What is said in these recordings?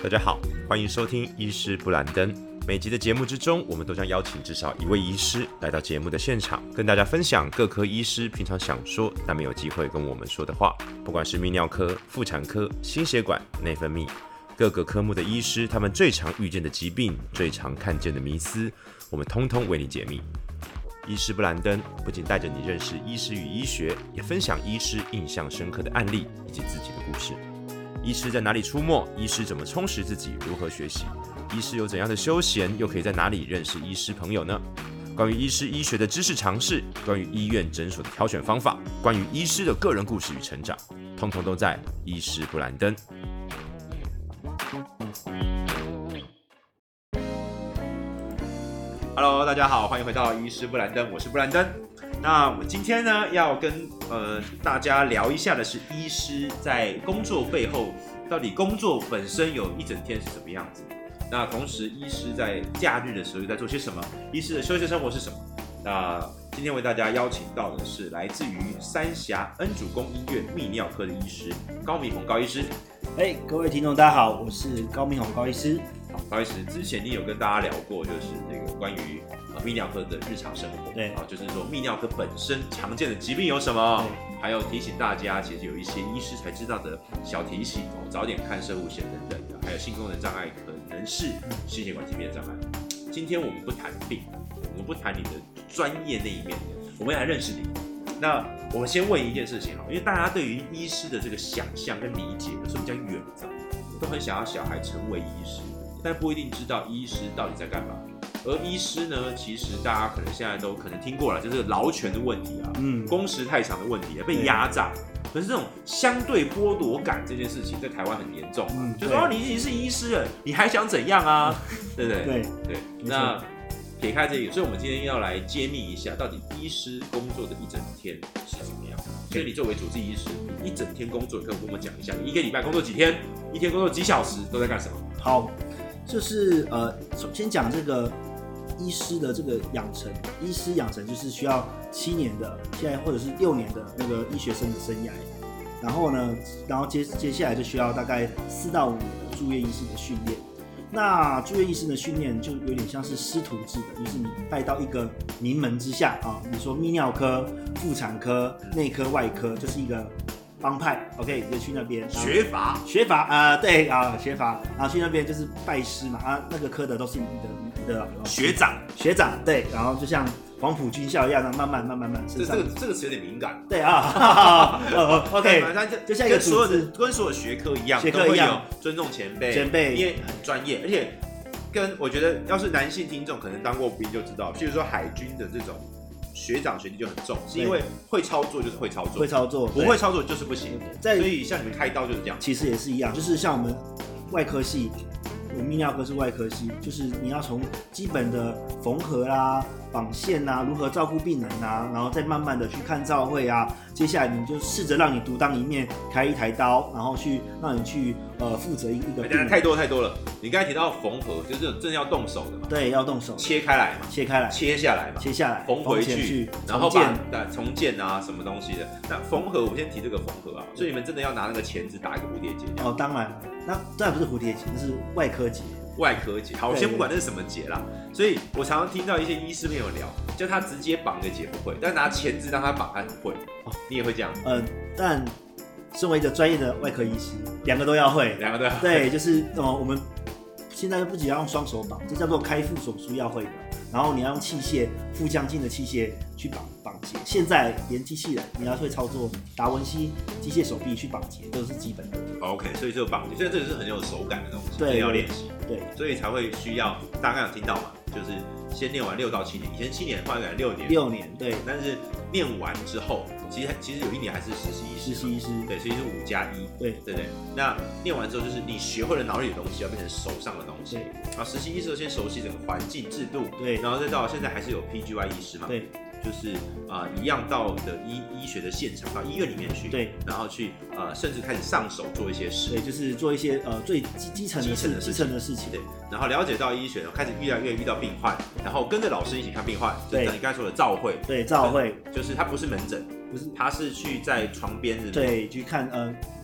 大家好，欢迎收听医师布兰登。每集的节目之中，我们都将邀请至少一位医师来到节目的现场，跟大家分享各科医师平常想说但没有机会跟我们说的话。不管是泌尿科、妇产科、心血管、内分泌，各个科目的医师，他们最常遇见的疾病、最常看见的迷思，我们通通为你解密。医师布兰登不仅带着你认识医师与医学，也分享医师印象深刻的案例以及自己的故事。医师在哪里出没？医师怎么充实自己？如何学习？医师有怎样的休闲？又可以在哪里认识医师朋友呢？关于医师医学的知识常识，关于医院诊所的挑选方法，关于医师的个人故事与成长，通通都在医师布兰登。Hello， 大家好，欢迎回到医师布兰登，我是布兰登。那我今天呢，要跟大家聊一下的是，医师在工作背后，到底工作本身有一整天是什么样子？那同时，医师在假日的时候又在做些什么？医师的休闲生活是什么？那今天为大家邀请到的是来自于三峡恩主公医院泌尿科的医师高明宏高医师。 各位听众大家好，我是高明宏高医师。 好，高医师，之前你有跟大家聊过，就是这个关于泌尿科的日常生活， 对啊，就是说泌尿科本身常见的疾病有什么，还有提醒大家，其实有一些医师才知道的小提醒，早点看摄护腺等等的，还有性功能障碍可能是心血管疾病的障碍。今天我们不谈病，我们不谈你的专业那一面，我们来认识你。那我们先问一件事情，因为大家对于医师的这个想象跟理解有时候比较远，都很想要小孩成为医师，但不一定知道医师到底在干嘛。而医师呢，其实大家可能现在都可能听过了，就是劳权的问题啊，工时太长的问题，被压榨。可是这种相对剥夺感这件事情，在台湾很严重啊。就说你已经是医师了，你还想怎样啊？对不对？对。那撇开这个，所以我们今天要来揭秘一下，到底医师工作的一整天是怎么样。所以你作为主治医师，你一整天工作，你可以跟我们讲一下，你一个礼拜工作几天，一天工作几小时，都在干什么？ 好，就是首先讲这个医师的这个养成，医师养成就是需要7年的，现在或者是6年的那个医学生的生涯，然后呢，接下来就需要大概4到5年的住院医师的训练。那住院医师的训练就有点像是师徒制的，就是你拜到一个名门之下啊，你说泌尿科、妇产科、内科、外科，就是一个帮派 ，OK， 就去那边学法对啊，学法，然后去那边就是拜师嘛啊，那个科的都是你的学长， 对，然后就像黄埔军校一样，慢慢升上。 这个词有点敏感。 对啊，OK， 就像一个组织， 跟所有学科一样，都会有尊重前辈，因为很专业，而且跟我觉得，要是男性听众可能当过兵就知道，譬如说海军的这种学长学弟就很重，是因为会操作就是会操作，不会操作就是不行。所以像你们开刀就是这样， 其实也是一样，就是像我们外科系。泌尿科是外科系，就是你要从基本的缝合啦、绑线啊，如何照顾病人啊，然后再慢慢的去看照会啊。接下来你就试着让你独当一面，开一台刀，然后让你去负责一个病人。 太多了。你刚才提到缝合，就是真的要动手的嘛？ 对，要动手， 切开来，切下来，缝回去，然后重建啊，什么东西的。那缝合，我们先提这个缝合啊。所以你们真的要拿那个钳子打一个蝴蝶结？ 哦，当然，那当然不是蝴蝶结，那是外科结。 好，我先不管那是什么结啦。所以我常常听到一些医师朋友聊，叫他直接绑个结不会，但拿钳子让他绑他很会。你也会这样？ 但身为一个专业的外科医师，两个都要会。对，就是我们现在不仅要用双手绑，这叫做开腹手术要会的。然后你要用器械，腹腔镜的器械去绑结。现在连机器人，你要会操作达文西机械手臂去绑结，都是基本的。 OK， 所以就绑结，所以这个是很有手感的东西， 对， 要练习。 对， 所以才会需要大家刚有听到嘛，就是先练完6到7年，以前7年，后来改6年。 6年，对。 但是念完之后，其实有1年还是实习医师。对，所以是5+1。对。那念完之后，就是你学会了脑里的东西，要变成手上的东西。啊，实习医师先熟悉整个环境制度，对，然后再到现在还是有 PGY 医师嘛，对。就是一样到的医学的现场，到医院里面去，对，然后去甚至开始上手做一些事， 对，就是做一些最基层的事情， 对，然后了解到医学，开始越来越遇到病患，然后跟着老师一起看病患，对，你刚才说的照会， 对，照会， 就是它不是门诊，不是，它是去在床边， 对，去看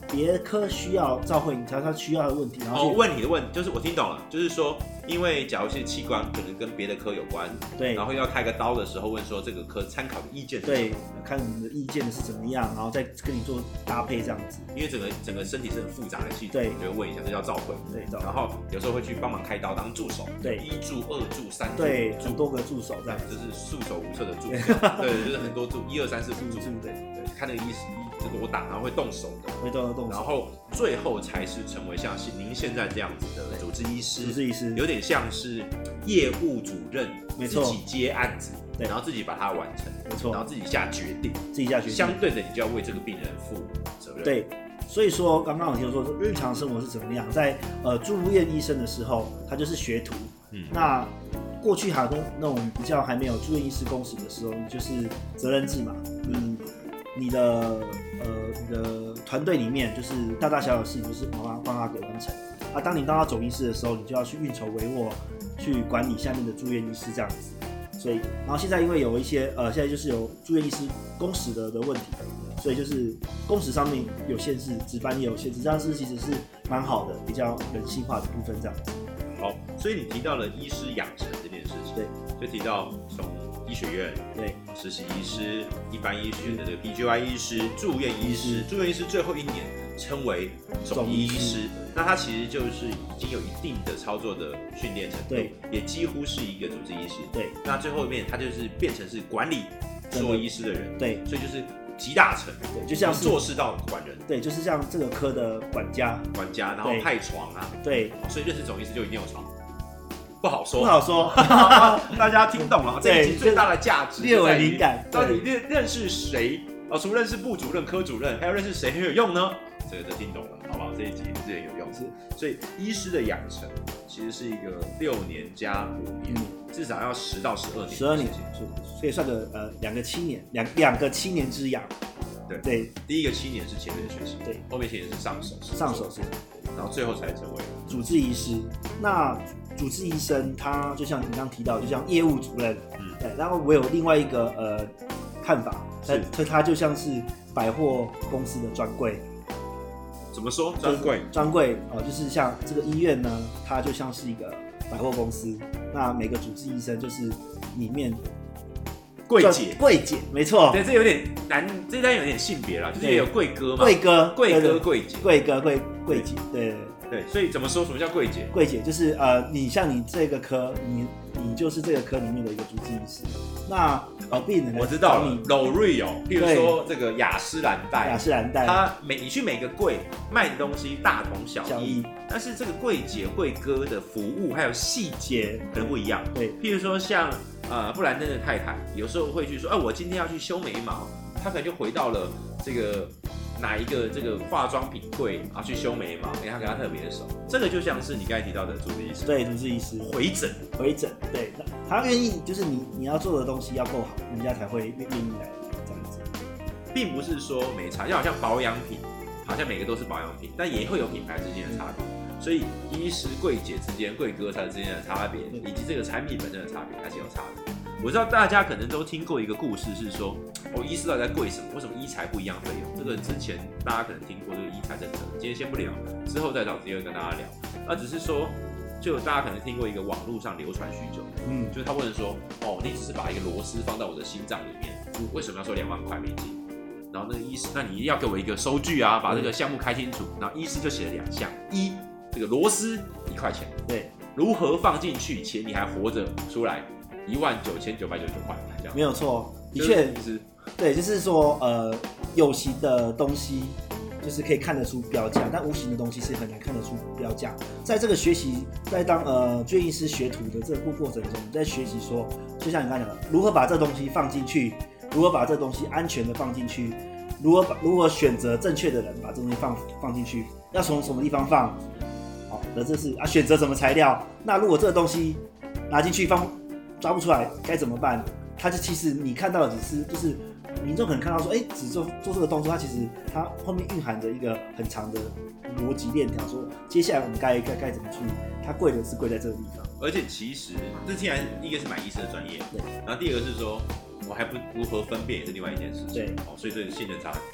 别的科需要照会你他需要的问题，然后问你的问题就是我听懂了，就是说，因为假如是器官可能跟别的科有关， 对， 然后要开个刀的时候问说这个科参考的意见是什么？ 对，看你的意见是怎么样，然后再跟你做搭配这样子。 因为整个身体是很复杂的系统， 对， 就会问一下，这叫照会。 对， 然后有时候会去帮忙开刀当助手， 对 ，1助、2助、3助， 对，很多个助手这样， 就是束手无策的助手，对，就是很多助，1、2、3、4、5助，对，看那个多大，然后会动手的， 会动手， 然后最后才是成为像您现在这样子的主治医师， 主治医师有点像是业务主任， 没错， 自己接案子， 对， 然后自己把它完成， 没错， 然后自己下决定，相对的你就要为这个病人负责任， 对。所以说，刚刚我听说日常生活是怎么样，在住院医生的时候，他就是学徒。那过去还有那种比较还没有住院医师公司的时候，你就是责任制嘛，你的团队里面就是大大小小的事情，就是帮他给完成。啊，当你当到总医师的时候，你就要去运筹帷幄，去管理下面的住院医师这样子。所以，然后现在因为有一些现在就是有住院医师工时的问题。所以就是工时上面有限制，值班也有限制，这样是其实是蛮好的，比较人性化的部分这样子。 好，所以你提到了医师养成这件事情， 对， 就提到从医学院， 对， 实习医师、一般医学的这个 PGY 医师、住院医师，住院医师最后1年称为总医师，那他其实就是已经有一定的操作的训练程度，对，也几乎是一个主治医师， 对， 那最后面他就是变成是管理所有医师的人， 对， 所以就是集大成， 对，就像做事到管人， 对，就是像这个科的管家， 然后派床啊， 对， 所以认识总医师就一定有床，不好说，大家听懂了，这一集最大的价值略为灵感， 到底认识谁？除了认识部主任、科主任，还要认识谁很有用呢？这个就听懂了，好不好？这一集是很有用，所以医师的养成其实是一个6年加5年，至少要10到12年，12年， 所以算个2个7年，两个7年之痒。对， 第一个7年是前面的学习， 对， 后面7年是上手是，然后最后才成为主治医师。那主治医生他就像你刚刚提到，就像业务主任，对。然后我有另外一个看法，他就像是百货公司的专柜。 怎么说？专柜就是像这个医院呢，它就像是一个百货公司。那每个主治医生就是里面柜姐，没错。 对，这有点难，这单有点性别啦，就是也有柜哥嘛， 柜哥、 柜姐， 柜姐，对。 所以怎么说？什么叫柜姐？ 柜姐就是你像你这个科，你就是这个科里面的一个主治医师。那病人我知道了 ，L'Oreal， 譬如说这个雅诗兰黛，你去每个柜卖的东西大同小异，但是这个柜姐、柜哥的服务还有细节可能不一样。对，譬如说像布兰登的太太，有时候会去说，我今天要去修眉毛，她可能就回到了这个哪一个这个化妆品柜啊去修眉毛，他跟他特别的熟。这个就像是你刚才提到的主治医师， 对，主治医师回诊， 对，他愿意就是你要做的东西要够好，人家才会愿意来这样子， 并不是说没差，就好像保养品，好像每个都是保养品，但也会有品牌之间的差别。所以医师、柜姐之间、柜哥之间的差别，以及这个产品本身的差别，还是有差的。我知道大家可能都听过一个故事，是说医师到底在贵什么？为什么医材不一样费用？这个之前大家可能听过这个医材政策，今天先不聊，之后再找机会跟大家聊。只是说，就大家可能听过一个网络上流传许久，就是他问说，你只是把一个螺丝放到我的心脏里面，为什么要收2万块美金？然后那个医师，那你要给我一个收据啊，把这个项目开清楚。然后医师就写了2项：一，这个螺丝1块钱，对，如何放进去且你还活着出来，19999块，这样没有错，的确，对，就是说有形的东西就是可以看得出标价，但无形的东西是很难看得出标价。在这个学习，在当住院医师学徒的这个过程中，在学习说，就像你刚才讲的，如何把这东西放进去，如何把这东西安全的放进去，如何选择正确的人把这东西放进去，要从什么地方放，好，这是选择什么材料。那如果这个东西拿进去抓不出来该怎么办？它就其实你看到的只是就是民众可能看到说，只做这个动作，它其实它后面蕴含着一个很长的逻辑链条，说接下来我们该怎么处理？它贵的是贵在这个地方。 而且其实这既然一个是买医生的专业，对，然后第二个是说我还不如何分辨也是另外一件事情，对，所以这个信任差很多。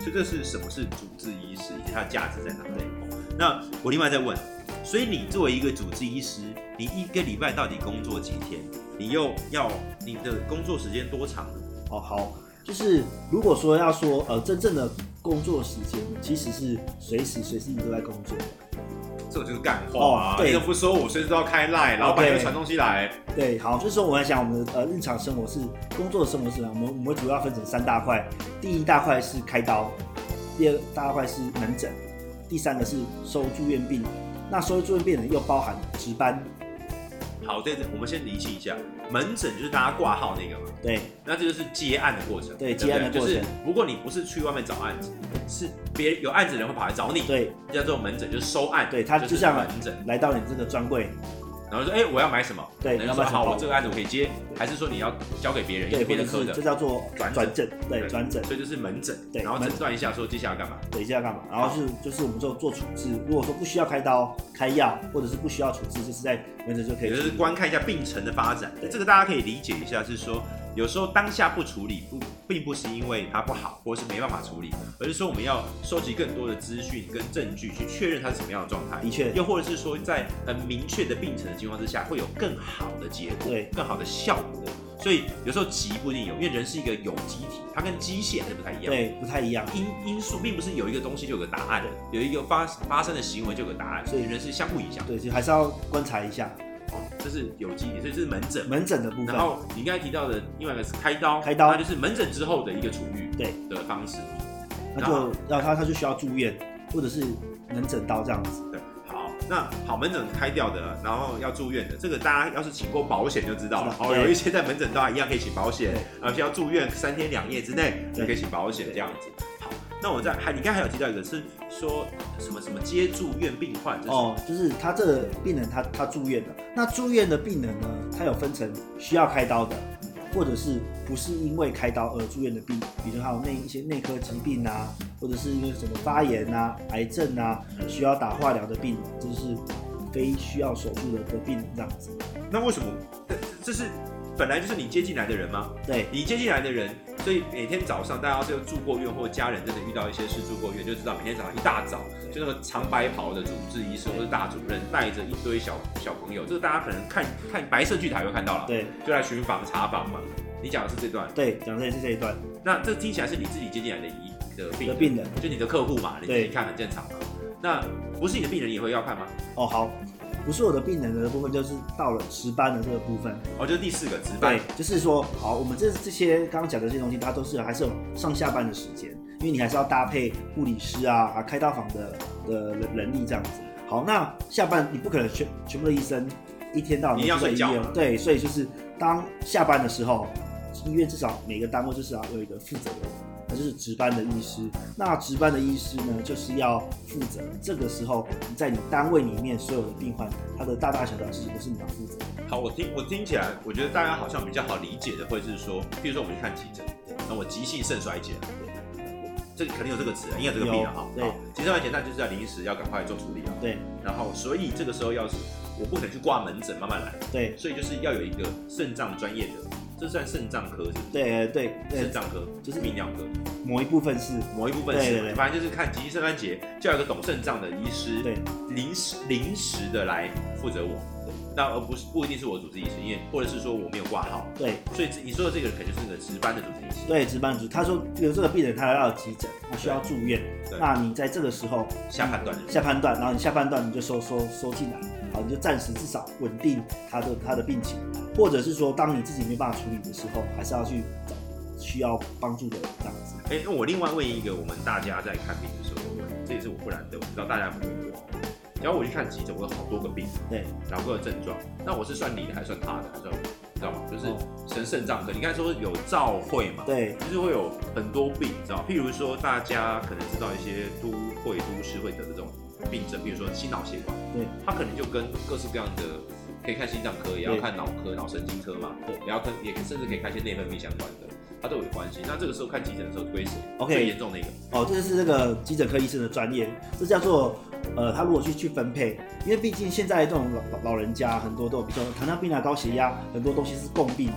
所以这是什么是主治医师，以及它的价值在哪里？那我另外再问，所以你作为一个主治医师，你一个礼拜到底工作几天？你又要你的工作时间多长呢？ 好，就是如果说要说真正的工作时间，其实是随时你都在工作的。 这个就是干话啊！你都不说我随时都要开 LINE， 老板也会传东西来。 对，好，就是说我来讲我们的日常生活是工作的生活是我们主要分成3大块，第一大块是开刀，第二大块是门诊，第三个是收住院病人。那收住院病人又包含值班。 好，对，我们先厘清一下，门诊就是大家挂号那个嘛。 对， 那这就是接案的过程。 对，接案的过程。 就是如果你不是去外面找案子，是别人有案子的人会跑来找你。 对， 叫做门诊，就是收案。 对，他就像门诊来到你这个专柜。 然后说，我要买什么？ 对， 你要说好，我这个案子我可以接，还是说你要交给别人， 对， 别的科的， 这叫做转诊，对，转诊， 所以就是门诊， 对， 然后诊断一下说接下来干嘛， 对，接下来干嘛，然后就是我们做处置，如果说不需要开刀、开药，或者是不需要处置，就是在门诊就可以， 也就是观看一下病程的发展，这个大家可以理解一下，是说有时候当下不处理，并不是因为它不好，或是没办法处理，而是说我们要收集更多的资讯跟证据，去确认它是什么样的状态。 的确， 又或者是说在很明确的病程的情况之下，会有更好的结果， 对， 更好的效果。所以有时候急不一定有，因为人是一个有机体，它跟机械还是不太一样。 对，不太一样。 因素并不是有一个东西就有个答案，有一个发生的行为就有个答案，所以人是相互影响。 对，就还是要观察一下。 这是有机体，所以这是门诊。 门诊的部分。 然后你刚才提到的另外一个是开刀，那就是门诊之后的一个处遇的方式。 那就他就需要住院，或者是门诊刀这样子。 对，好，门诊开掉的，然后要住院的，这个大家要是请过保险就知道了。有一些在门诊刀一样可以请保险，而且要住院3天2夜之内就可以请保险这样子。好，那你刚才还有提到一个是说什么接住院病患就是他这个病人他住院了，那住院的病人呢，他有分成需要开刀的，或者是不是因为开刀而住院的病，比如还有一些内科疾病啊，或者是因为什么发炎啊、癌症啊，需要打化疗的病人，这就是非需要手术的病人这样子。 那为什么这是本来就是你接进来的人吗？ 对， 你接进来的人，所以每天早上大家要是有住过院，或家人真的遇到一些事住过院，就知道每天早上一大早，就那个长白袍的主治医师或是大主任带着一堆小朋友，这个大家可能看白色巨塔会看到了， 对， 就来巡访查访嘛。你讲的是这段？ 对，讲的是这一段。 那这听起来是你自己接进来的病人， 就你的客户嘛，你自己看很正常嘛。那不是你的病人也会要看吗？ 好。不是我的病人的部分，就是到了值班的这个部分。 就是第4个值班。 对，就是说，好，我们这些刚刚讲的这些东西，它都是还是有上下班的时间，因为你还是要搭配护理师啊、开刀房的人力这样子。好，那下班你不可能全部的医生一天到晚都在医院，对，所以就是当下班的时候，医院至少每个单位至少有一个负责人。那就是值班的医师，那值班的医师呢，就是要负责这个时候在你单位里面所有的病患，他的大大小小的事情都是你要负责。 好，我听起来，我觉得大家好像比较好理解的会是说，比如说我们去看急诊，那我急性肾衰竭，这肯定有这个词，应该有这个病啊， 对， 急肾衰竭那就是要临时要赶快做处理了， 对， 然后所以这个时候要是我不可能去挂门诊慢慢来， 对， 所以就是要有一个肾脏专业的。这算肾脏科是不是？ 对， 肾脏科就是泌尿科， 某一部分是， 对，反正就是看急性肾衰竭，就要有一个懂肾脏的医师， 对， 临时的来负责我，那而不一定是我主治医师，因为或者是说我没有挂号， 对， 所以你说的这个人可能就是那个值班的主治医师， 对，值班主，他说比如这个病人他要急诊，他需要住院，那你在这个时候下判断， 然后你下判断你就收进来，好，你就暂时至少稳定他的病情。或者是说，当你自己没办法处理的时候，还是要去找需要帮助的人这样子。 那我另外问一个，我们大家在看病的时候问，这也是我不然的，我不知道大家有没有问过。只要我去看急诊，我有好多个病， 对， 然后各个症状，那我是算你的还是算他的，还是算我的？你知道吗？就是肾脏科，你刚才说有照会嘛？ 对， 就是会有很多病，你知道，譬如说大家可能知道一些都市会得的这种病症，比如说心脑血管， 对， 它可能就跟各式各样的。可以看心脏科，也要看脑科、脑神经科嘛，对，也甚至可以看一些内分泌相关的，它都有关系。那这个时候看急诊的时候归谁？最严重的一个。 这是这个急诊科医生的专业，这叫做他如果去分配，因为毕竟现在这种老人家很多都有，比如说糖尿病啊、高血压，很多东西是共病的，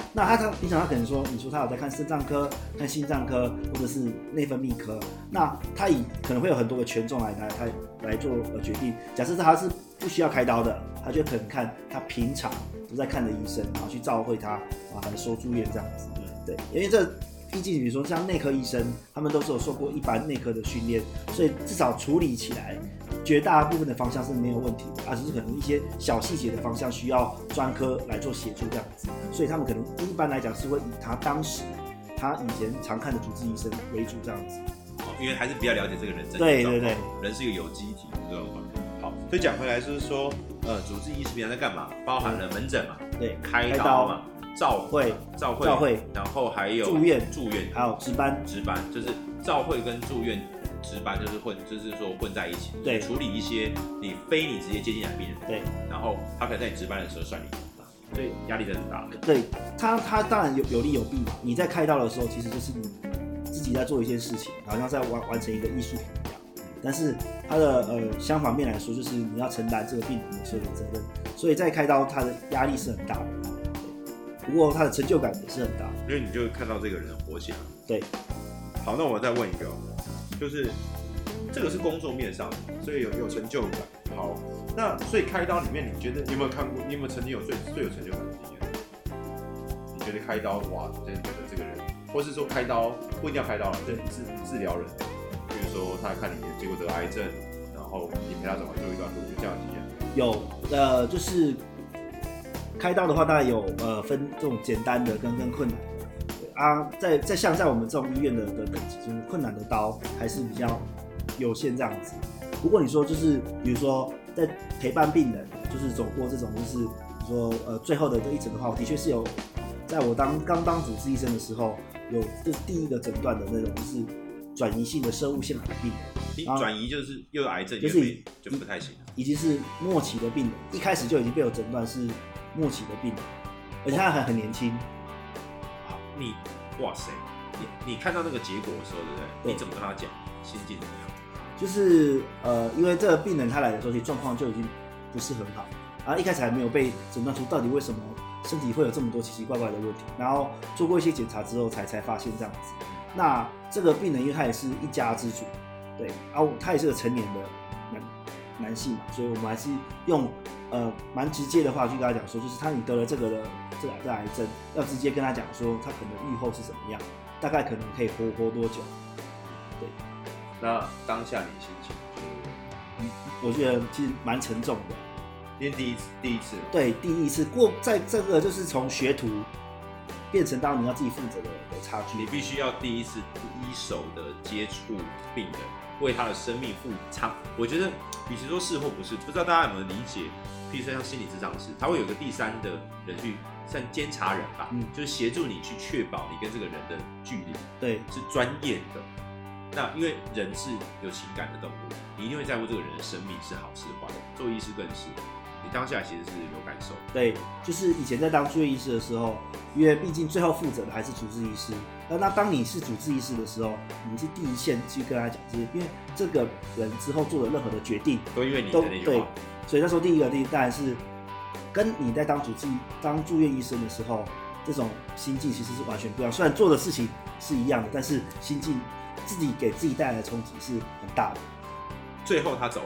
那他平常他可能说，你说他有在看肾脏科、看心脏科或者是内分泌科，那他可能会有很多个权重来做决定。假设他是不需要开刀的，他就可能看他平常都在看的医生，然后去照会他，然后还收住院这样子。对，因为这毕竟比如说像内科医生，他们都是有受过一般内科的训练，所以至少处理起来，绝大部分的方向是没有问题的，只是可能一些小细节的方向需要专科来做协助这样子。所以他们可能一般来讲是会以他当时他以前常看的主治医生为主这样子。 因为还是比较了解这个人真的状况。对， 人是一个有机体的状况。好，所以讲回来就是说，主治医师平常在干嘛？包含了门诊嘛， 对， 开刀嘛。照会，然后还有住院，还有值班， 就是照会跟住院值班就是说混在一起， 对， 处理一些你直接接近的病人， 对， 然后他可能在你值班的时候算你，所以压力真的很大。 对，他当然有利有弊嘛。你在开刀的时候，其实就是你自己在做一件事情，好像在完成一个艺术品一样。但是它的相反面来说，就是你要承担这个病人的所有的责任，所以在开刀它的压力是很大的。不过他的成就感也是很大， 因为你就看到这个人活起来。 对， 好，那我再问一个，就是这个是工作面上的，所以有成就感。好，那所以开刀里面，你觉得你有没有看过？你有没有曾经有最有成就感的经验？你觉得开刀哇，真的觉得这个人，或是说开刀不一定要开刀了，治疗人，比如说他看你结果得癌症，然后你陪他走完最后一段路，有这样的经验？ 有，就是开刀的话，大概有分这种简单的跟困难的在像在我们这种医院的等级，就是困难的刀还是比较有限这样子。不过你说就是比如说在陪伴病人，就是走过这种就是比如说最后的这一程的话，我的确是有在我刚当主治医生的时候，有就是第一个诊断的那种就是转移性的生物腺癌病人。 转移就是又有癌症， 就是就不太行， 已经是末期的病人，一开始就已经被我诊断是末期的病人，而且他还很年轻。 好，哇塞，你看到那个结果的时候，对不对？对，你怎么跟他讲？心境怎么样？ 就是因为这个病人他来的时候，其实状况就已经不是很好，然后一开始还没有被诊断出到底为什么身体会有这么多奇奇怪怪的问题，然后做过一些检查之后才发现这样子。那这个病人因为他也是一家之主，对，然后他也是个成年的男性嘛，所以我们还是用蛮直接的话去跟他讲说，就是你得了这个癌症，要直接跟他讲说他可能预后是怎么样，大概可能可以活多久。对， 那当下你的心情我觉得其实蛮沉重的， 因为第一次， 对，第一次在这个就是从学徒变成当你要自己负责的差距， 你必须要第一次一手的接触病人，为他的生命负责。我觉得，与其说是或不是，不知道大家有没有理解？譬如说像心理咨商师，他会有个第三的人去算监察人吧，就是协助你去确保你跟这个人的距离， 对， 是专业的。那因为人是有情感的动物，你一定会在乎这个人的生命是好是坏。做医师更是，你当下其实是有感受。 对，就是以前在当住院医师的时候，因为毕竟最后负责的还是主治医师。那当你是主治医师的时候，你是第一线去跟他讲，就是因为这个人之后做的任何的决定， 都因为你的那句话。 对，所以那时候第一当然是跟你在当住院医生的时候，这种心境其实是完全不一样。虽然做的事情是一样的，但是心境自己给自己带来的冲击是很大的。 最后他走了。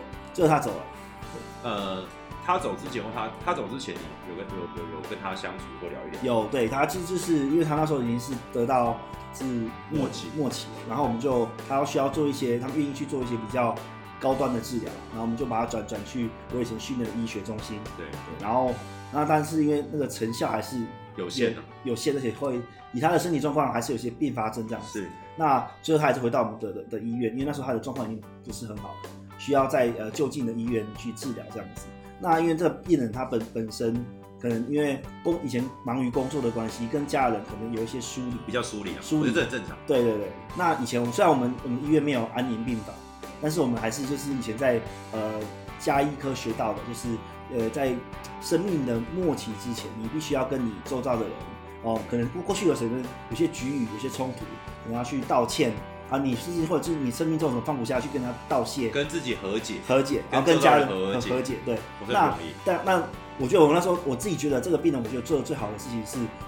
他走之前或他走之前，你有跟他相处或聊一聊？有， 对，他就是因为他那时候已经是得到是末期，然后我们他需要做一些，他们愿意去做一些比较高端的治疗，然后我们就把他转去我以前训练的医学中心。 对， 然后但是因为那个成效还是有限的， 而且会以他的身体状况还是有些并发症这样子。 是， 那最后他还是回到我们的医院，因为那时候他的状况已经不是很好了，需要在就近的医院去治疗这样子。那因为这个病人他本身可能因为以前忙于工作的关系，跟家人可能有一些疏离， 比较疏离，我觉得这很正常。 对。那以前虽然我们医院没有安宁病房，但是我们还是就是以前在家医科学到的，就是在生命的末期之前，你必须要跟你周遭的人可能过去有些局域，有些冲突，你要去道歉。你或者是你生命中有什么放不下去，跟他道谢， 跟自己和解， 然后跟家人和解，对。那我觉得我那时候我自己觉得这个病人，我觉得做的最好的事情是，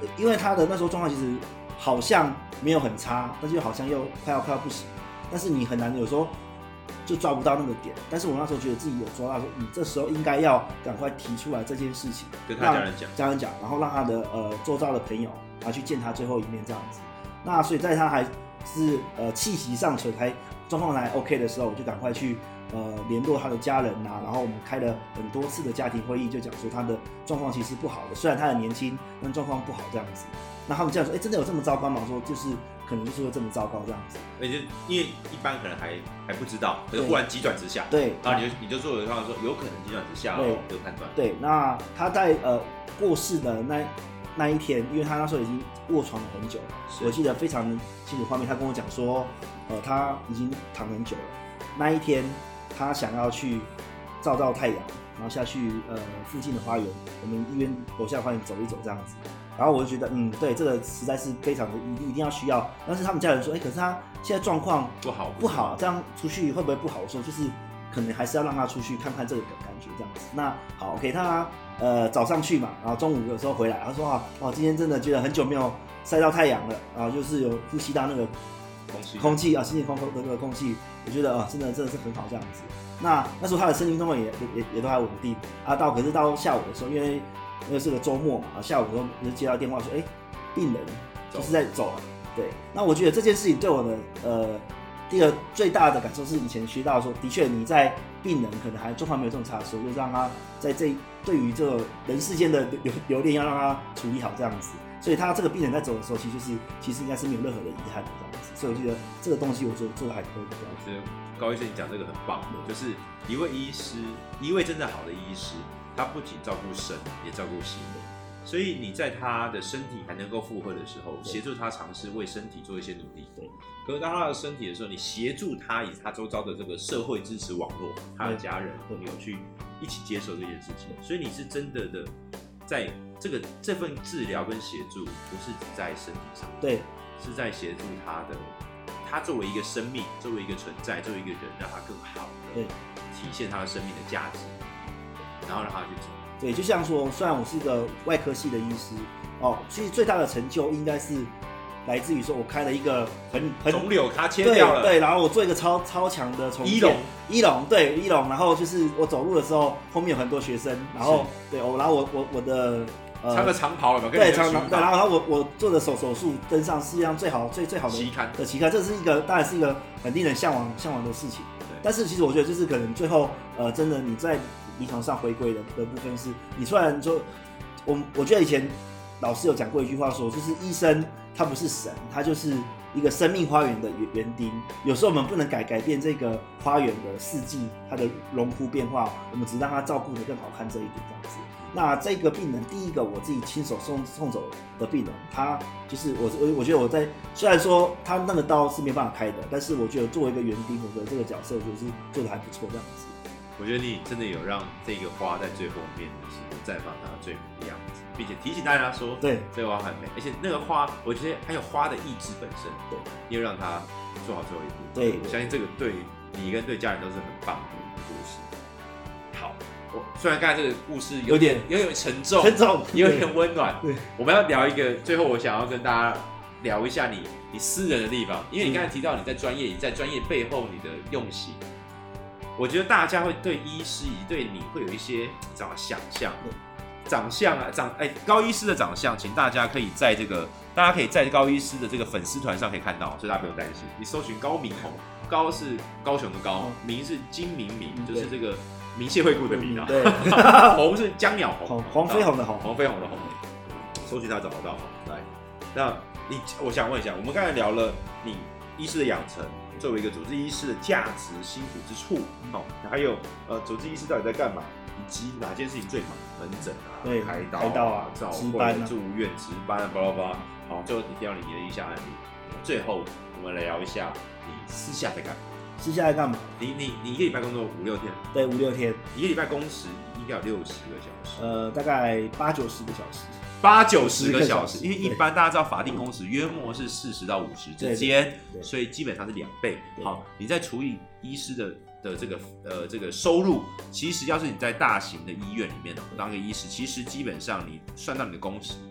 因为他的那时候状况其实好像没有很差，但是又好像又快要不行，但是你很难有时候就抓不到那个点。但是我那时候觉得自己有抓到，说你这时候应该要赶快提出来这件事情， 跟他家人讲， 然后让他的周遭的朋友去见他最后一面这样子。那所以在他还是气息尚存，还状况还 OK 的时候，我就赶快去联络他的家人啊，然后我们开了很多次的家庭会议，就讲说他的状况其实不好的，虽然他很年轻，但状况不好这样子。那他们这样说，真的有这么糟糕吗？我说就是可能就是会这么糟糕这样子。 而且因为一般可能还不知道，可是忽然急转直下， 对， 然后你就做了说有可能急转直下这个判断。 对，那他在过世的那一天，因为他那时候已经卧床了很久了，我记得非常清楚画面，他跟我讲说，他已经躺很久了。那一天，他想要去照太阳，然后下去附近的花园，我们医院楼下花园走一走这样子。然后我就觉得，对，这个实在是非常的一定要需要。但是他们家人说，可是他现在状况不好，这样出去会不会不好？我说就是可能还是要让他出去看看这个感觉这样子。那好 ，OK， 他早上去嘛，然后中午有时候回来，他说今天真的觉得很久没有晒到太阳了，然后就是有呼吸到那个空气啊，新鲜的那个空气，我觉得真的是很好这样子。那时候他的身心状况也都还稳定啊。可是到下午的时候，因为是个周末嘛，下午的时候就接到电话说，病人就是在走了。对，那我觉得这件事情对我的第二最大的感受是，以前学到说，的确你在病人可能还状况没有这么差的时候，就让他在对于这个人世间的留恋要让他处理好这样子。所以他这个病人在走的时候，其实应该是没有任何的遗憾的这样子。所以我觉得这个东西，我做的还可以这样子。 我觉得高医生你讲这个很棒，就是一位真的好的医师，他不仅照顾身，也照顾心。所以你在他的身体还能够负荷的时候，协助他尝试为身体做一些努力。 对。 可是当他的身体的时候，你协助他以他周遭的这个社会支持网络，他的家人朋友去一起接受这件事情。所以你是真的在这份治疗跟协助，不是只在身体上， 对， 是在协助他作为一个生命，作为一个存在，作为一个人，让他更好的体现他的生命的价值，然后让他去走。 对，就像说，虽然我是一个外科系的医师，其实最大的成就应该是来自于说我开了一个很肿瘤，它切掉了， 对，然后我做一个超强的重建，医笼，然后就是我走路的时候，后面有很多学生，然后对，然后我的穿个长袍有没有？ 对，长袍，对，然后我做的手术登上世界上最好的期刊，这是当然是一个很令人向往的事情。但是其实我觉得就是可能最后真的你在临床上回归的部分是，你虽然说我觉得以前老师有讲过一句话说，就是医生他不是神，他就是一个生命花园的园丁。有时候我们不能改变这个花园的四季，它的荣枯变化，我们只让它照顾得更好看这一点这样子。那这个病人，第一个我自己亲手送走的病人，他就是我觉得我在虽然说他那个刀是没办法开的，但是我觉得作为一个园丁，我的这个角色我觉得是做得还不错这样子。 我觉得你真的有让这个花在最后面的时候绽放它最美的样子，并且提醒大家说， 对， 这个花很美，而且那个花，我觉得还有花的意志本身， 对， 你有让它做好最后一步。 对， 我相信这个对你跟对家人都是很棒的一个故事。好，虽然刚才这个故事有点沉重，也有点温暖，对，我们要聊一个，最后我想要跟大家聊一下你私人的地方，因为你刚才提到你在专业背后你的用心。我觉得大家会对医师以及对你会有一些想象，长相啊，高医师的长相，请大家可以在高医师的这个粉丝团上可以看到，所以大家不用担心。你搜寻高明宏，高是高雄的高，明是金明，就是这个明谢惠顾的明啊，对，宏是江鸟宏， 黄飞鸿的鸿， 黄飞鸿的鸿，搜寻他找得到。来，那我想问一下，我们刚才聊了你医师的养成。作为一个主治医师的价值、辛苦之处，还有主治医师到底在干嘛，以及哪件事情最忙？门诊啊，开刀啊，照会、住院、值班啊，巴拉巴拉。好，最后提到你的一项案例。最后，我们来聊一下你私下在干嘛？ 私下在干嘛？ 你一个礼拜工作5-6天？ 对，5-6天。 一个礼拜工时应该有60个小时。 大概8-90个小时。 8-90个小时，因为一般大家知道法定工时约莫是40到50之间，所以基本上是2倍。好，你在除以医师的这个收入，其实要是你在大型的医院里面当个医师，其实基本上你算到你的工时，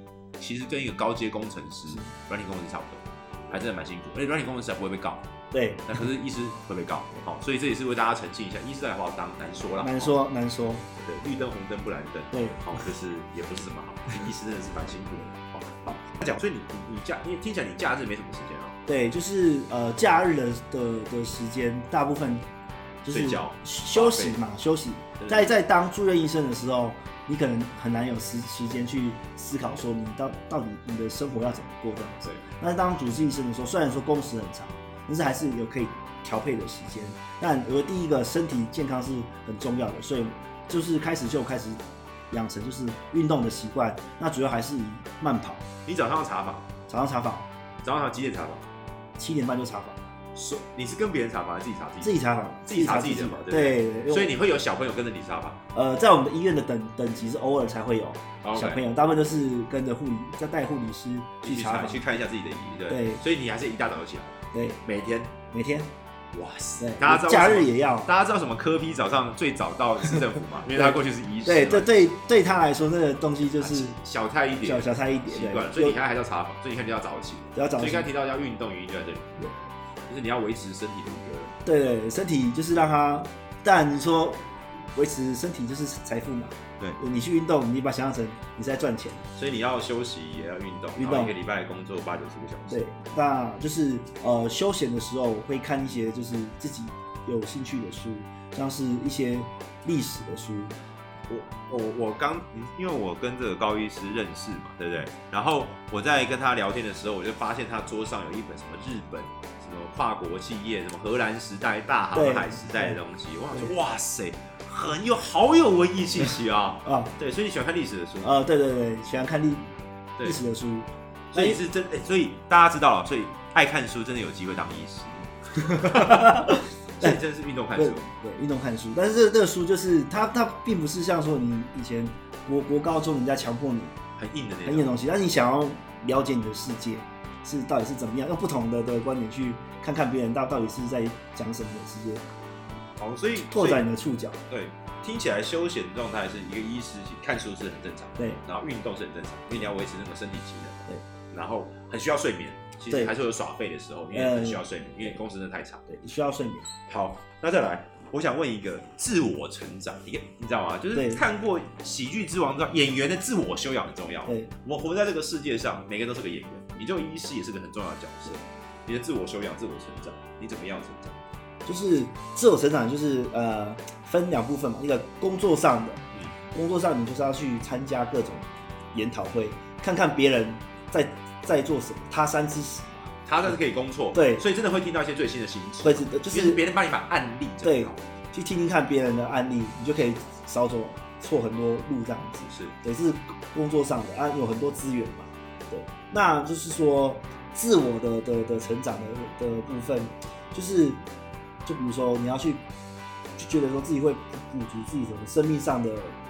其实跟一个高阶工程师、软体工程师差不多，还真的蛮辛苦。而且软体工程师还不会被告， 对， 那可是医师会被告，好，所以这也是为大家澄清一下，医师在华当难说啦， 难说， 对，绿灯红灯不蓝灯， 对， 好，就是也不是什么好，医师真的是蛮辛苦的，好，他讲，所以你假，因为听起来你假日没什么时间啊， 对，就是假日的时间大部分就是睡觉休息嘛，休息，在当住院医生的时候。你可能很难有时间去思考说你到底你的生活要怎么过这样子。但是当主治医生的时候，虽然说工时很长，但是还是有可以调配的时间。但我第一个身体健康是很重要的，所以就是开始养成就是运动的习惯。那主要还是以慢跑。 你早上要查房？ 早上查房。 早上几点查房 ？7点半就查房。 你是跟别人查房还是自己查自己？ 自己查房， 自己查自己的嘛，对不对？所以你会有小朋友跟着你查房？ 在我们的医院的等级是偶尔才会有小朋友，大部分都是跟着再带护理师去查房， 去看一下自己的仪， 对。 所以你还是一大早就起来， 对，每天。 哇塞！ 大家知道假日也要。 大家知道什么柯 P 早上最早到市政府吗？因为他过去是医师。 对，这对他来说，那个东西就是小菜一碟， 小菜一碟， 习惯了。所以你还是要查房，所以你看就要早起，所以刚才提到要运动，原因就在这里。就是你要维持身体的一个，对，身体就是让它，当然你说维持身体就是财富嘛， 对， 你去运动，你把它想象成你是在赚钱， 所以你要休息也要运动，一个礼拜工作8-9个小时， 对，那就是休闲的时候会看一些就是自己有兴趣的书，像是一些历史的书。 我刚因为我跟这个高医师认识嘛，对不对？然后我在跟他聊天的时候，我就发现他桌上有一本什么日本什么跨国企业，什么荷兰时代、大航海时代的东西。我想说，哇塞，好有文艺气息啊！对，所以你喜欢看历史的书？ 对，喜欢看历史的书。 所以是真，所以大家知道了，所以爱看书真的有机会当医师。所以真的是运动看书， 对，运动看书。但是这个书就是它并不是像说你以前国高中人家强迫你很硬的那种很硬的东西，但是你想要了解你的世界到底是怎么样，用不同的观点去看看别人到底是在讲什么的世界。 好，所以拓展你的触角。 对，听起来休闲状态是一个医师看书是很正常， 对， 然后运动是很正常，因为你要维持那个身体机能， 对， 然后很需要睡眠。其实还是有耍废的时候，因为很需要睡眠，因为工时真的太长。 对，需要睡眠。 好，那再来，我想问一个自我成长，你知道吗？就是看过《喜剧之王》，知道演员的自我修养很重要。 对， 我们活在这个世界上，每个人都是个演员，你这个医师也是个很重要的角色。你的自我修养、自我成长，你怎么样成长？ 就是自我成长，就是分2部分嘛，一个工作上的，工作上你就是要去参加各种研讨会，看看别人在做什么，他山之石， 他但是可以攻错， 对， 所以真的会听到一些最新的新知， 会就是别人帮你把案例对，去听听看别人的案例，你就可以少走错很多路这样子。 是， 对，这是工作上的有很多资源嘛，对，那就是说自我的成长的部分，就比如说你要就觉得说自己会补足自己的生命上的，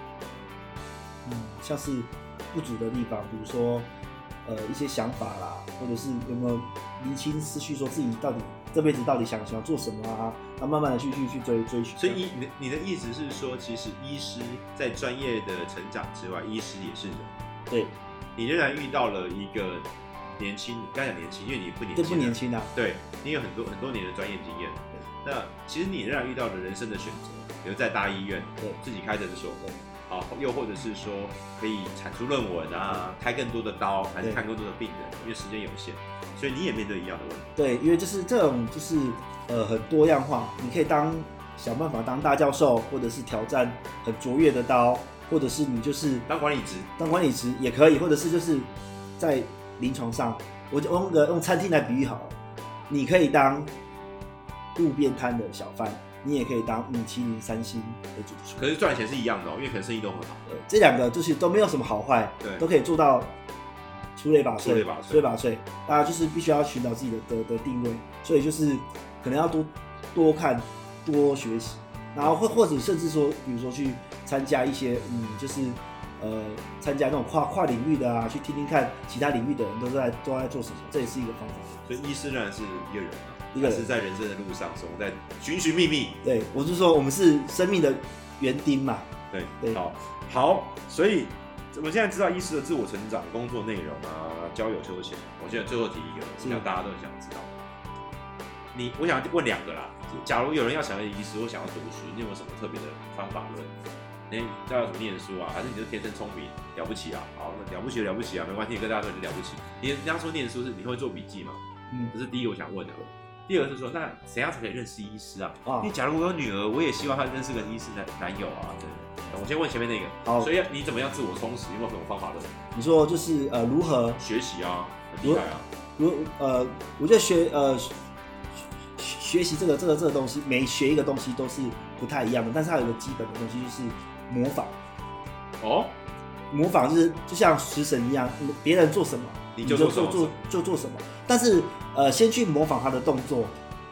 像是不足的地方，比如说。一些想法啦，或者是有没有厘清思绪，说自己到底这辈子到底想做什么啊？然后慢慢的去追寻。 所以你的意思是说，其实医师在专业的成长之外，医师也是人。 对， 你仍然遇到了一个年轻，刚才讲年轻，因为你不年轻， 不年轻啊。 对，你有很多年的专业经验。那其实你仍然遇到了人生的选择，比如在大医院， 对， 自己开诊所。又或者是说可以产出论文啊，开更多的刀，还是看更多的病人，因为时间有限，所以你也面对一样的问题。 对，因为就是这种就是很多样化，你可以想办法当大教授，或者是挑战很卓越的刀，或者是你就是当管理职也可以，或者是就是在临床上，我用餐厅来比喻好了，你可以当路边摊的小贩。你也可以当米其林3星的主厨， 可是赚钱是一样的因为可能生意都很好。 对，这2个就是都没有什么好坏， 对， 都可以做到出类拔萃。大家就是必须要寻找自己的定位，所以就是可能要多看、多学习，然后或者甚至说，比如说去参加一些就是参加那种跨领域的啊，去听听看其他领域的人都在做什么，这也是一个方法。 所以医师仍然是一个人一个人是在人生的路上，所以我们在寻觅觅。 对，我是说我们是生命的园丁嘛。 对，好，所以我现在知道医师的自我成长、工作内容啊、交友休闲。我现在最后提一个，我想大家都很想知道。我想问2个啦。假如有人要想要医师或想要读书，你有没有什么特别的方法论？大家怎么念书啊？还是你就天生聪明了不起啊？好，了不起了不起啊，没关系，跟大家说你了不起。人家说念书是你会做笔记嘛？这是第一个我想问的。第二个是说，那怎样才可以认识医师啊？因为假如我有女儿，我也希望她认识个医师男友啊。对，我先问前面那个。好，所以你怎么样自我充实？有没有什么方法论？ 你说就是如何学习啊？很厉害啊。 我觉得学习这个东西，每学一个东西都是不太一样的，但是它有一个基本的东西就是模仿。模仿就是就像食神一样，别人做什么你就做什么。但是先去模仿他的动作，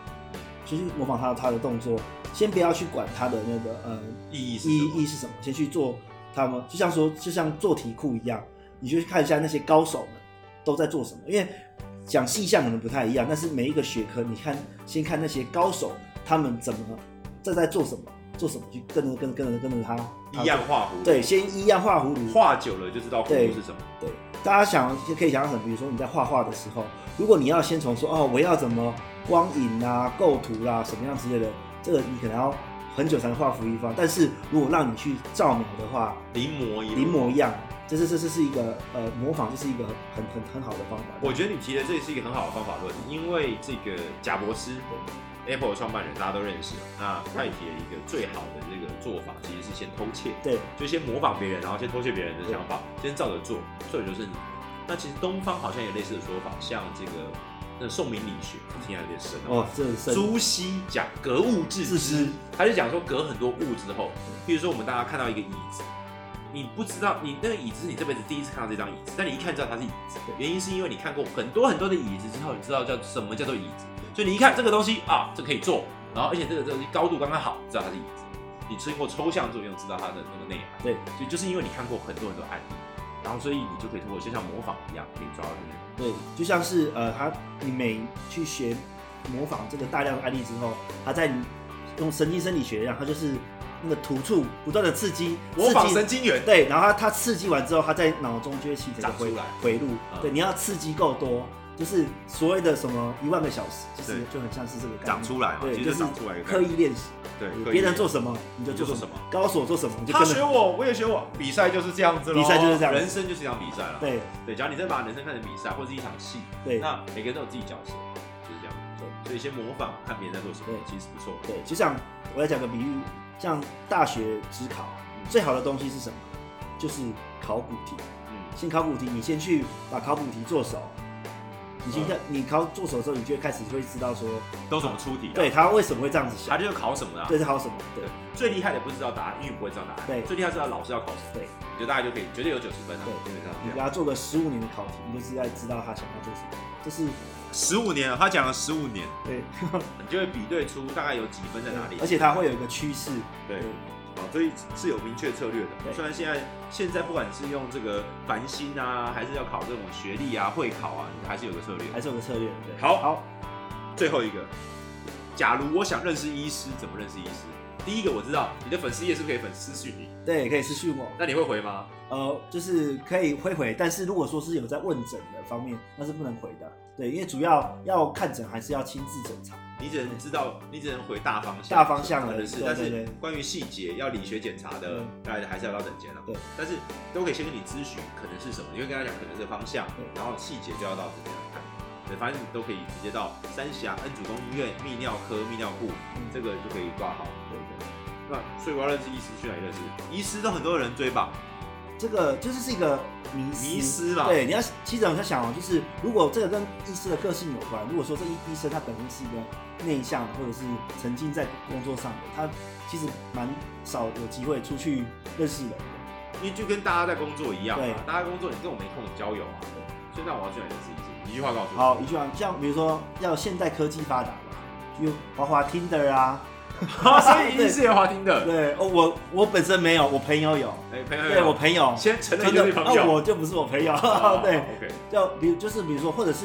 先不要去管他的那个意义是什么，先去做他们，就像做题库一样，你就去看一下那些高手们都在做什么，因为讲细项可能不太一样，但是每一个学科你先看那些高手他们怎么在做什么，就跟着他一样画葫芦。 对，先一样画葫芦， 画久了就知道葫芦是什么。 对，大家可以想象，比如说你在画画的时候，如果你要先从说我要怎么光影啊、构图啊什么样之类的，这个你可能要很久才能画出一方。但是如果让你去照描的话， 临摹一样。这是一个模仿，这是一个很好的方法。 我觉得你提的这是一个很好的方法论，因为这个贾伯斯 Apple 的创办人大家都认识，那他也提了一个最好的这个做法，其实是先偷窃， 对， 就先模仿别人，然后先偷窃别人的想法，先照着做，做的就是你。那其实东方好像有类似的说法，像这个那宋明理学，听起来有点深这深。 朱熹讲格物致知，他就讲说隔很多物之后，比如说我们大家看到一个椅子。你不知道，你那个椅子是你这辈子第一次看到这张椅子，但你一看知道它是椅子，原因是因为你看过很多的椅子之后，你知道什么叫做椅子，所以你一看这个东西啊，这可以坐，然后而且这个东西高度刚刚好，知道它是椅子。你经过抽象作用，知道它的那个内涵。 对， 所以就是因为你看过很多案例，然后所以你就可以通过就像模仿一样，可以抓到这个。 对，就像是你每去学模仿这个大量的案例之后，他在用神经生理学一样，他就是那个突触不断的刺激， 模仿神经元。 对，然后它刺激完之后，它在脑中就会形成回路。对，你要刺激够多，就是所谓的什么10000个小时，就是就很像是这个概念长出来嘛， 对， 其实长出来刻意练习。 对， 别人做什么你就做什么，高手做什么你就跟着。 他学我也学我，比赛就是这样子咯。 比赛就是这样， 人生就是一场比赛了。 对， 假如你真的把人生看成比赛或是一场戏， 对， 那每个人都有自己角色，就是这样。对，所以先模仿看别人在做什么，其实不错。 对，就像我来讲个比喻。像大学指考，最好的东西是什么？就是考古题。先考古题，你先去把考古题做熟。你先看，你做熟之后，你就会开始会知道说都怎么出题。 对，他为什么会这样子想？ 他就是考什么的。 对，是考什么？对， 最厉害的不是知道答案，因为不会知道答案。 对， 最厉害是知道老师要考什么。 对， 我觉得大家就可以绝对有90分了。 对， 基本上你给他做个15年的考题，你就知道他想要做什么。这是 15年，他讲了15年。 对， 你就会比对出大概有几分在哪里。 而且它会有一个趋势。 对。所以是有明确策略的。虽然现在不管是用这个繁星啊，还是要考这种学历啊、会考啊，你还是有个策略。 对。 好，最后一个，假如我想认识医师，怎么认识医师？第一个我知道你的粉丝页是不是可以私讯你？ 对，可以私讯我。 那你会回吗？ 就是可以会回，但是如果说是有在问诊的方面，那是不能回的。对，因为主要要看诊还是要亲自诊查。 你只能回大方向。 大方向的是，但是关于细节要理学检查的，大家还是要到诊间了。 对， 但是都可以先跟你咨询，可能是什么，你会跟他讲可能是方向，然后细节就要到诊间来看。对，反正你都可以直接到三峡恩主公医院泌尿科泌尿部，这个就可以挂号。对。那所以我要认识医师，去哪里认识？医师都很多人追吧。 这个就是一个迷思啦。 对，其实我在想就是如果这个跟医师的个性有关，如果说这医生他本身是一个内向，或者是曾经在工作上的，他其实蛮少有机会出去认识人的。 因为就跟大家在工作一样嘛， 对， 大家工作你跟我没空交友啊。所以那我要去哪里认识医师？一句话告诉我。 好，一句话，像比如说要现代科技发达嘛，就滑 Tinder 啊。 所以医师也滑Tinder。 对，我本身没有，我朋友有。 朋友有。 对，我朋友。 先承认就是朋友。 那我就不是我朋友。 对。 就比如说，或者是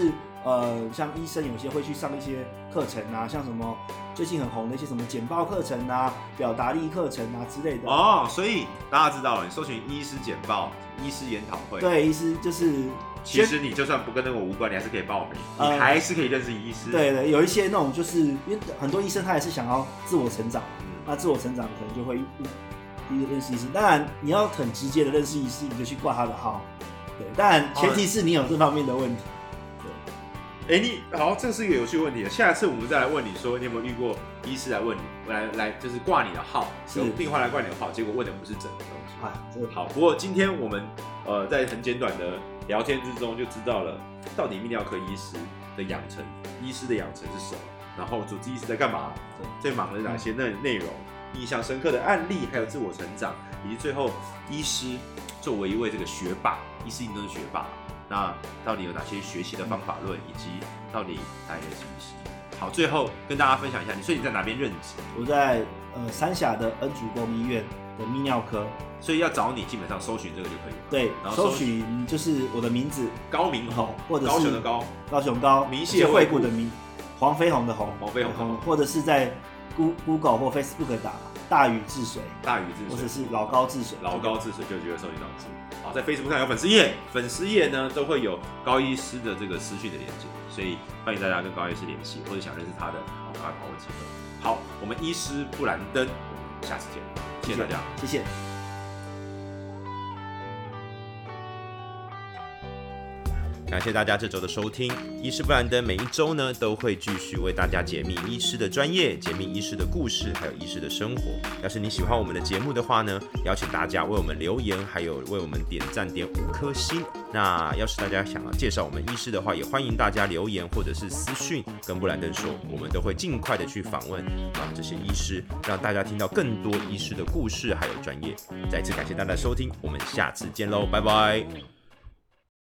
像医生有些会去上一些课程啊，像什么最近很红的一些什么简报课程啊、表达力课程啊之类的。 哦，所以大家知道了，你搜寻医师简报、医师研讨会， 对，医师就是。 其实你就算不跟那个无关，你还是可以报名，你还是可以认识医师。 对对，有一些那种就是因为很多医生他也是想要自我成长，那自我成长可能就会认识医师。当然你要很直接的认识医师，你就去挂他的号。对，当然前提是你有这方面的问题。 对，好，这是一个有趣的问题。下次我们再来问你说，你有没有遇过医师来问你，来就是挂你的号，有病患来挂你的号，结果问的不是真的东西。好，不过今天我们在很简短的聊天之中就知道了，到底泌尿科医师的养成，医师的养成是什么，然后主治医师在干嘛，最忙的哪些内容，印象深刻的案例，还有自我成长，以及最后医师作为一位这个学霸，医师一定都是学霸，那到底有哪些学习的方法论，以及到底哪里认识医师？好，最后跟大家分享一下，所以你在哪边任职？ 我在三峡的恩主公医院的泌尿科。 所以要找你，基本上搜寻这个就可以了。 对，搜寻就是我的名字高明宏， 或者是高雄的高， 高雄高， 明谢惠顾的明，黄飞鸿的鸿， 黄飞鸿的鸿， 或者是在 Google 或 Facebook 打大禹治水， 大禹治水， 或者是老高治水， 老高治水就会搜寻到字。好，在 Facebook 上有粉丝页，粉丝页呢都会有高医师的这个私讯的连接，所以欢迎大家跟高医师联系，或者想认识他的，好，赶快把握机会。好，我们医师布兰登，我们下次见，谢谢大家， 谢谢。 感谢大家这周的收听，医师布兰登每一周呢都会继续为大家解密医师的专业，解密医师的故事，还有医师的生活。要是你喜欢我们的节目的话呢，邀请大家为我们留言，还有为我们点赞点5颗星。那要是大家想要介绍我们医师的话，也欢迎大家留言或者是私讯跟布兰登说，我们都会尽快的去访问这些医师，让大家听到更多医师的故事还有专业。再次感谢大家的收听，我们下次见喽，拜拜。